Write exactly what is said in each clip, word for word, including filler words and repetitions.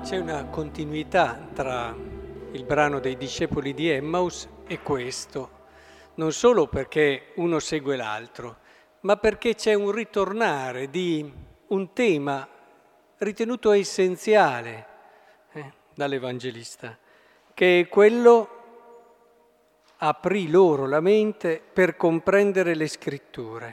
C'è una continuità tra il brano dei discepoli di Emmaus e questo, non solo perché uno segue l'altro, ma perché c'è un ritornare di un tema ritenuto essenziale eh, dall'Evangelista, che è quello aprì loro la mente per comprendere le scritture.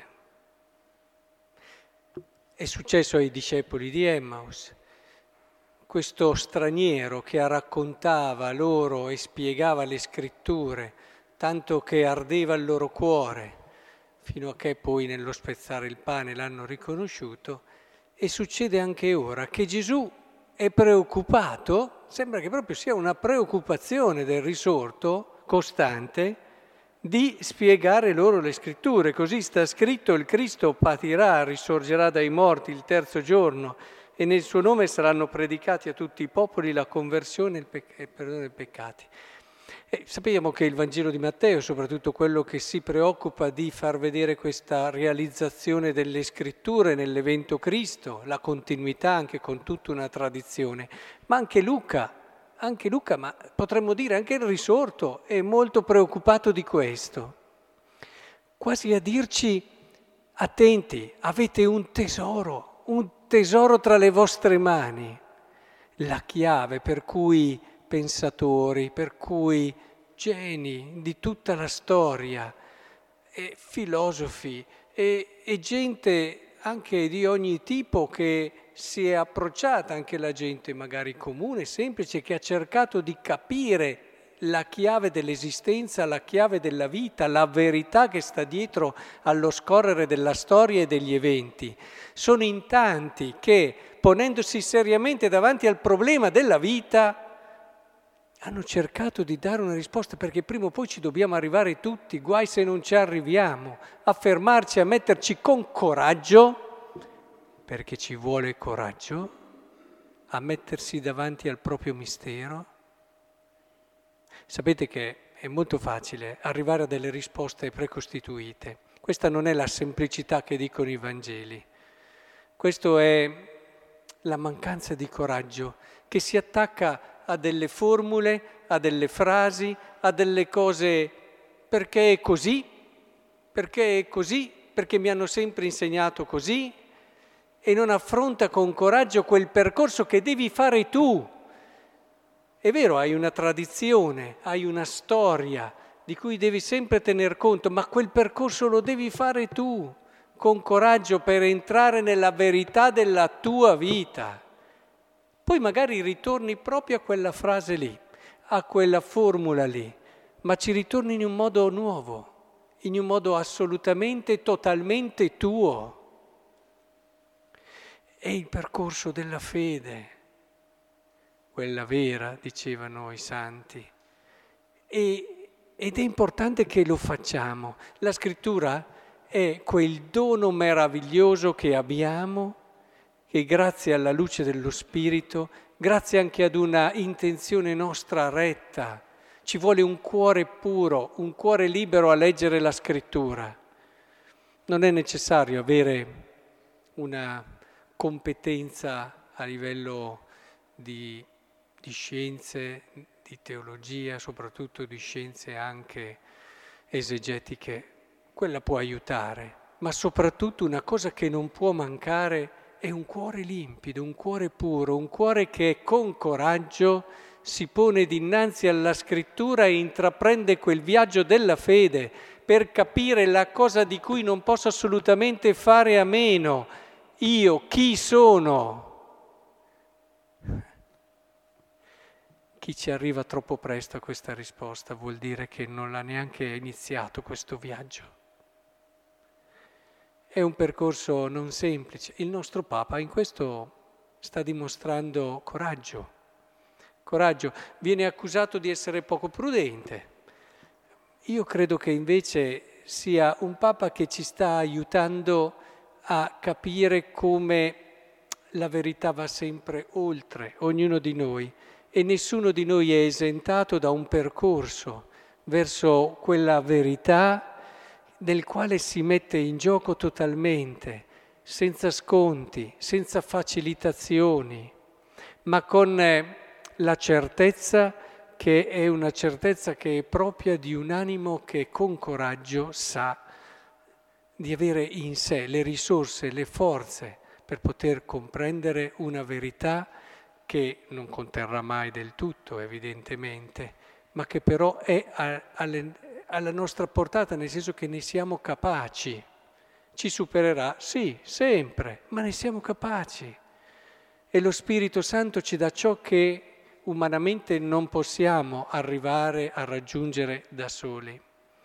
È successo ai discepoli di Emmaus. Questo straniero che raccontava loro e spiegava le scritture, tanto che ardeva il loro cuore, fino a che poi nello spezzare il pane l'hanno riconosciuto. E succede anche ora che Gesù è preoccupato, sembra che proprio sia una preoccupazione del risorto costante, di spiegare loro le scritture. Così sta scritto: il Cristo patirà, risorgerà dai morti il terzo giorno, e nel suo nome saranno predicati a tutti i popoli la conversione e il, pec- il perdono dei peccati. E sappiamo che il Vangelo di Matteo è soprattutto quello che si preoccupa di far vedere questa realizzazione delle scritture nell'evento Cristo, la continuità anche con tutta una tradizione, ma anche Luca, anche Luca, ma potremmo dire anche il risorto, è molto preoccupato di questo, quasi a dirci: attenti, avete un tesoro, un tesoro tra le vostre mani, la chiave per cui pensatori, per cui geni di tutta la storia, e filosofi e, e gente anche di ogni tipo che si è approcciata, anche la gente magari comune, semplice, che ha cercato di capire la chiave dell'esistenza, la chiave della vita, la verità che sta dietro allo scorrere della storia e degli eventi. Sono in tanti che, ponendosi seriamente davanti al problema della vita, hanno cercato di dare una risposta, perché prima o poi ci dobbiamo arrivare tutti, guai se non ci arriviamo, a fermarci, a metterci con coraggio, perché ci vuole coraggio, a mettersi davanti al proprio mistero. Sapete che è molto facile arrivare a delle risposte precostituite. Questa non è la semplicità che dicono i Vangeli. Questo è la mancanza di coraggio che si attacca a delle formule, a delle frasi, a delle cose perché è così, perché è così, perché mi hanno sempre insegnato così, e non affronta con coraggio quel percorso che devi fare tu. È vero, hai una tradizione, hai una storia di cui devi sempre tener conto, ma quel percorso lo devi fare tu, con coraggio, per entrare nella verità della tua vita. Poi magari ritorni proprio a quella frase lì, a quella formula lì, ma ci ritorni in un modo nuovo, in un modo assolutamente, totalmente tuo. È il percorso della fede, quella vera, dicevano i santi, e, ed è importante che lo facciamo. La scrittura è quel dono meraviglioso che abbiamo, che grazie alla luce dello Spirito, grazie anche ad una intenzione nostra retta, ci vuole un cuore puro, un cuore libero a leggere la scrittura. Non è necessario avere una competenza a livello di di scienze, di teologia, soprattutto di scienze anche esegetiche. Quella può aiutare, ma soprattutto una cosa che non può mancare è un cuore limpido, un cuore puro, un cuore che con coraggio si pone dinanzi alla scrittura e intraprende quel viaggio della fede per capire la cosa di cui non posso assolutamente fare a meno. Io chi sono? Chi ci arriva troppo presto a questa risposta vuol dire che non l'ha neanche iniziato questo viaggio. È un percorso non semplice. Il nostro Papa in questo sta dimostrando coraggio. Coraggio. Viene accusato di essere poco prudente. Io credo che invece sia un Papa che ci sta aiutando a capire come la verità va sempre oltre ognuno di noi. E nessuno di noi è esentato da un percorso verso quella verità del quale si mette in gioco totalmente, senza sconti, senza facilitazioni, ma con eh, la certezza che è una certezza che è propria di un animo che con coraggio sa di avere in sé le risorse, le forze per poter comprendere una verità che non conterrà mai del tutto, evidentemente, ma che però è a, alle, alla nostra portata, nel senso che ne siamo capaci. Ci supererà? Sì, sempre, ma ne siamo capaci. E lo Spirito Santo ci dà ciò che umanamente non possiamo arrivare a raggiungere da soli.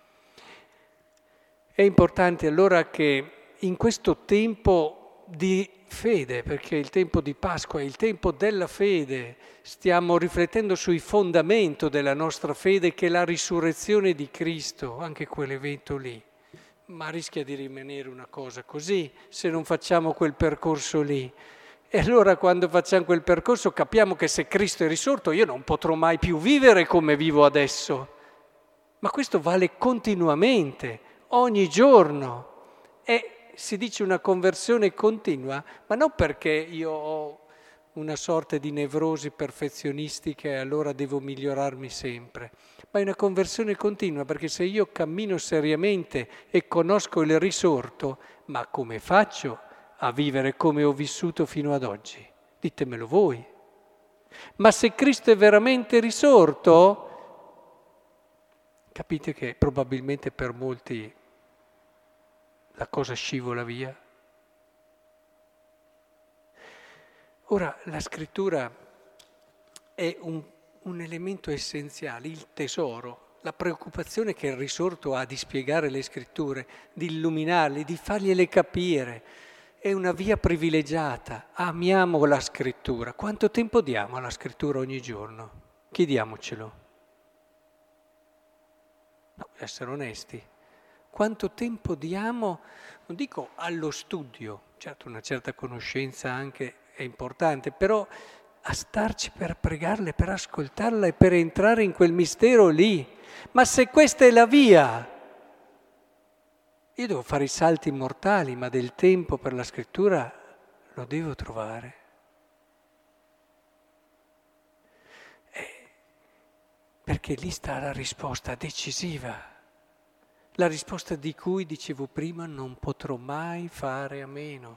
È importante allora che in questo tempo di fede, perché il tempo di Pasqua è il tempo della fede, stiamo riflettendo sui fondamenti della nostra fede, che è la risurrezione di Cristo, anche quell'evento lì. Ma rischia di rimanere una cosa così se non facciamo quel percorso lì. E allora quando facciamo quel percorso capiamo che se Cristo è risorto io non potrò mai più vivere come vivo adesso. Ma questo vale continuamente, ogni giorno. E si dice una conversione continua, ma non perché io ho una sorta di nevrosi perfezionistica e allora devo migliorarmi sempre, ma è una conversione continua perché se io cammino seriamente e conosco il risorto, ma come faccio a vivere come ho vissuto fino ad oggi? Ditemelo voi. Ma se Cristo è veramente risorto, capite che probabilmente per molti la cosa scivola via. Ora, la scrittura è un, un elemento essenziale, il tesoro, la preoccupazione che il risorto ha di spiegare le scritture, di illuminarle, di fargliele capire. È una via privilegiata. Amiamo la scrittura. Quanto tempo diamo alla scrittura ogni giorno? Chiediamocelo. No, essere onesti. Quanto tempo diamo, non dico allo studio, certo una certa conoscenza anche è importante, però a starci per pregarla, per ascoltarla e per entrare in quel mistero lì. Ma se questa è la via, io devo fare i salti mortali, ma del tempo per la scrittura lo devo trovare. Eh, perché lì sta la risposta decisiva. La risposta di cui, dicevo prima, non potrò mai fare a meno.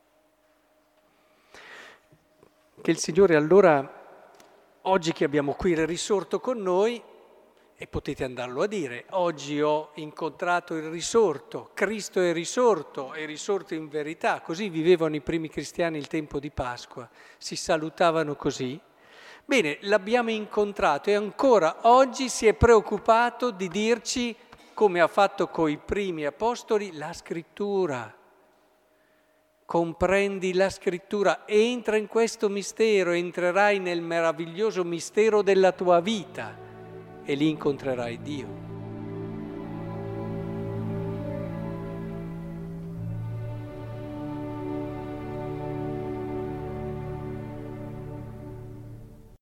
Che il Signore allora, oggi che abbiamo qui il risorto con noi, e potete andarlo a dire, oggi ho incontrato il risorto, Cristo è risorto, è risorto in verità, così vivevano i primi cristiani il tempo di Pasqua, si salutavano così. Bene, l'abbiamo incontrato e ancora oggi si è preoccupato di dirci, come ha fatto coi primi apostoli, la scrittura. Comprendi la scrittura, entra in questo mistero, entrerai nel meraviglioso mistero della tua vita e lì incontrerai Dio.